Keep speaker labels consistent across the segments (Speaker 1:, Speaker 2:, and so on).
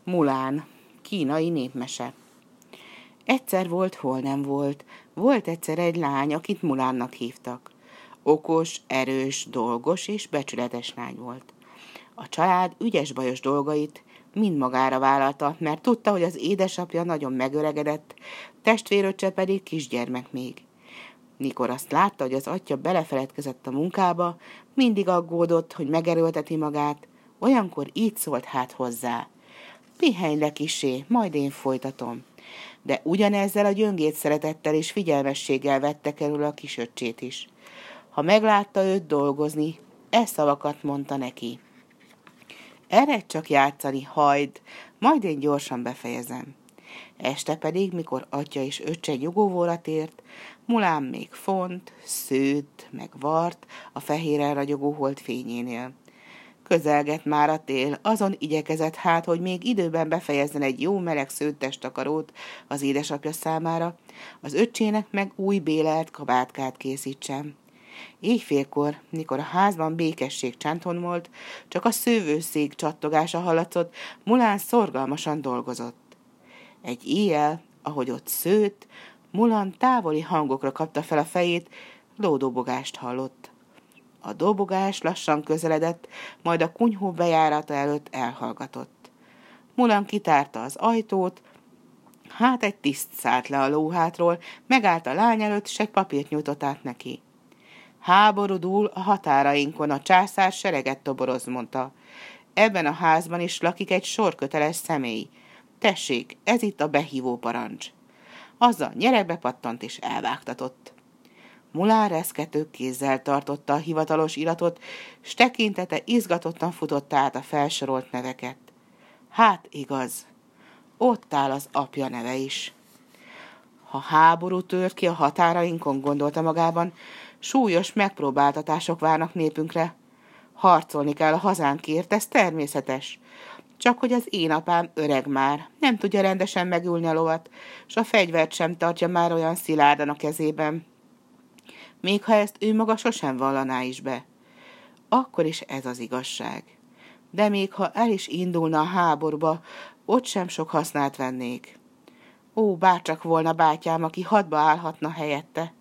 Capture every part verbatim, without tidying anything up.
Speaker 1: Mulán, kínai népmese. Egyszer volt, hol nem volt. Volt egyszer egy lány, akit Mulánnak hívtak. Okos, erős, dolgos és becsületes lány volt. A család ügyes-bajos dolgait mind magára vállalta, mert tudta, hogy az édesapja nagyon megöregedett, testvéröccse pedig kisgyermek még. Mikor azt látta, hogy az atya belefeledkezett a munkába, mindig aggódott, hogy megerőlteti magát, olyankor így szólt hát hozzá. Pihenj le kissé, majd én folytatom. De ugyanezzel a gyöngét szeretettel és figyelmességgel vette körül a kisöccsét is. Ha meglátta őt dolgozni, e szavakat mondta neki. Eredj csak játszani, hagyd, majd én gyorsan befejezem. Este pedig, mikor atya és öccse nyugovóra tért, Mulán még font, szőtt, meg vart a fehéren ragyogó hold fényénél. Közelgett már a tél, azon igyekezett hát, hogy még időben befejezzen egy jó meleg szőttes takarót az édesapja számára, az öccsének meg új bélelt kabátkát készítsen. Éjfélkor, mikor a házban békesség csendhonolt, csak a szővőszék csattogása hallatszott, Mulán szorgalmasan dolgozott. Egy éjjel, ahogy ott szőtt, Mulán távoli hangokra kapta fel a fejét, lódobogást hallott. A dobogás lassan közeledett, majd a kunyhó bejárata előtt elhallgatott. Mulán kitárta az ajtót, hát egy tiszt szállt le a lóhátról, megállt a lány előtt, s egy papírt nyújtott át neki. Háború dúl a határainkon, a császár sereget toboroz, mondta. Ebben a házban is lakik egy sorköteles személy. Tessék, ez itt a behívó parancs. Azzal nyeregbe pattant és elvágtatott. Mulán reszkető kézzel tartotta a hivatalos iratot, s tekintete izgatottan futotta át a felsorolt neveket. Hát igaz, ott áll az apja neve is. Ha háború tört ki a határainkon, gondolta magában, súlyos megpróbáltatások várnak népünkre. Harcolni kell a hazánkért, ez természetes. Csak hogy az én apám öreg már, nem tudja rendesen megülni a lovat, s a fegyvert sem tartja már olyan szilárdan a kezében. Még ha ezt ő maga sosem vallaná is be. Akkor is ez az igazság. De még ha el is indulna a háborúba, ott sem sok hasznát vennék. Ó, bárcsak volna bátyám, aki hadba állhatna helyette.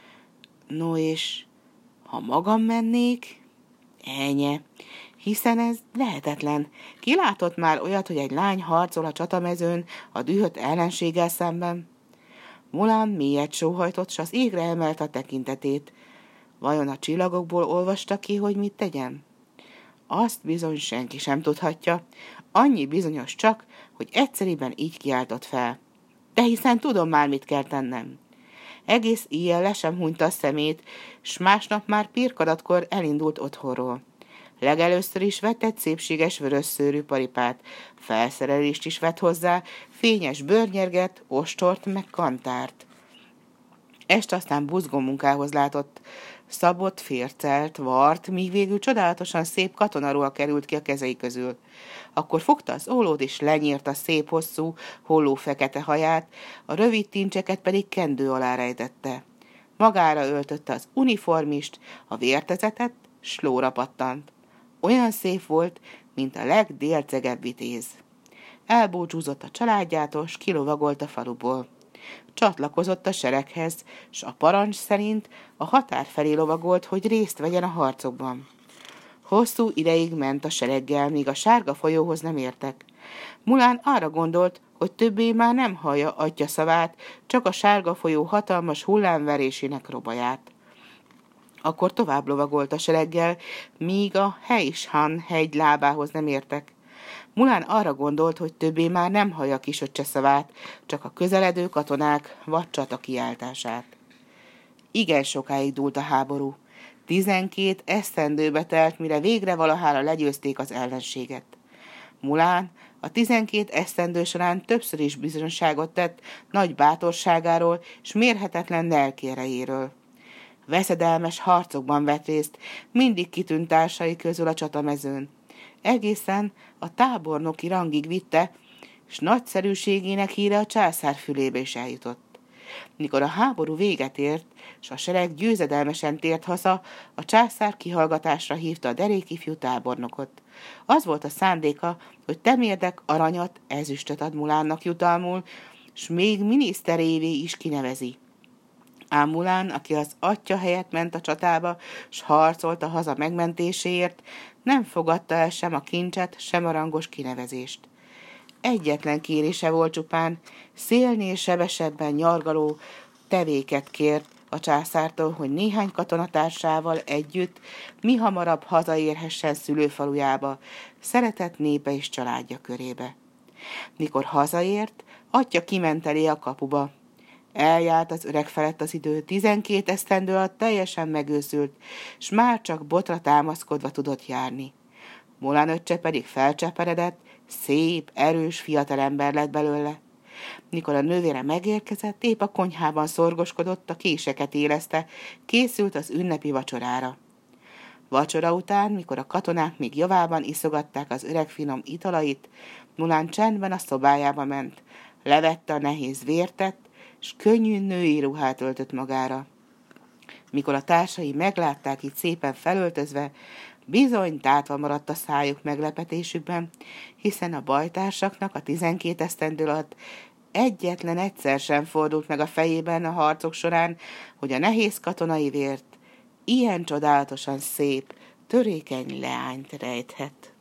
Speaker 1: No és, ha magam mennék? Ennyi, hiszen ez lehetetlen. Ki látott már olyat, hogy egy lány harcol a csatamezőn a dühött ellenséggel szemben? Mulán mélyet sóhajtott, s az égre emelte a tekintetét. Vajon a csillagokból olvasta ki, hogy mit tegyen? Azt bizony senki sem tudhatja. Annyi bizonyos csak, hogy egyszeriben így kiáltott fel. De hiszen tudom már, mit kell tennem. Egész éjjel le sem hunyta a szemét, s másnap már pirkadatkor elindult otthonról. Legelőször is vett egy szépséges vörös szőrű paripát, felszerelést is vett hozzá, fényes bőrnyerget, ostort meg kantárt. Este aztán buzgó munkához látott, szabott, fércelt, vart, míg végül csodálatosan szép katonaruha került ki a kezei közül. Akkor fogta az ólót és lenyírta szép hosszú, holló fekete haját, a rövid tincseket pedig kendő alá rejtette. Magára öltötte az uniformist, a vértezetet, s lóra pattant. Olyan szép volt, mint a legdélcegebb vitéz. Elbúcsúzott a családjától, s kilovagolt a faluból. Csatlakozott a sereghez, s a parancs szerint a határ felé lovagolt, hogy részt vegyen a harcokban. Hosszú ideig ment a sereggel, míg a sárga folyóhoz nem értek. Mulán arra gondolt, hogy többé már nem hallja atya szavát, csak a sárga folyó hatalmas hullámverésének robaját. Akkor tovább lovagolt a sereggel, míg a Heishan hegy lábához nem értek. Mulán arra gondolt, hogy többé már nem hallja kisöccse szavát, csak a közeledő katonák vadcsata kiáltását. Igen sokáig dúlt a háború. Tizenkét esztendőbe telt, mire végre valahára legyőzték az ellenséget. Mulán a tizenkét esztendő során többször is bizonyságot tett nagy bátorságáról és mérhetetlen lelkierejéről. Veszedelmes harcokban vett részt, mindig kitűnt társai közül a csatamezőn. Egészen a tábornoki rangig vitte, s nagyszerűségének híre a császár fülébe is eljutott. Mikor a háború véget ért, s a sereg győzedelmesen tért haza, a császár kihallgatásra hívta a derékifjú tábornokot. Az volt a szándéka, hogy temérdek aranyat, ezüstöt ad Mulánnak jutalmul, s még miniszterévé is kinevezi. Ám Mulán, aki az atya helyett ment a csatába, s harcolt a haza megmentéséért, nem fogadta el sem a kincset, sem a rangos kinevezést. Egyetlen kérése volt csupán, szélnél sebesebben nyargaló tevéket kért a császártól, hogy néhány katonatársával együtt mi hamarabb hazaérhessen szülőfalujába, szeretett népe és családja körébe. Mikor hazaért, atya kiment elé a kapuba. Eljárt az öreg felett az idő, tizenkét esztendő alatt teljesen megőszült, s már csak botra támaszkodva tudott járni. Mulán öccse pedig felcseperedett, szép, erős fiatalember lett belőle. Mikor a nővére megérkezett, épp a konyhában szorgoskodott, a késeket éleszte, készült az ünnepi vacsorára. Vacsora után, mikor a katonák még javában iszogatták az öreg finom italait, Mulán csendben a szobájába ment, levette a nehéz vértet, s könnyű női ruhát öltött magára. Mikor a társai meglátták így szépen felöltözve, bizony tátva maradt a szájuk meglepetésükben, hiszen a bajtársaknak a tizenkét esztendő alatt egyetlen egyszer sem fordult meg a fejében a harcok során, hogy a nehéz katonai vért ilyen csodálatosan szép, törékeny leányt rejthet.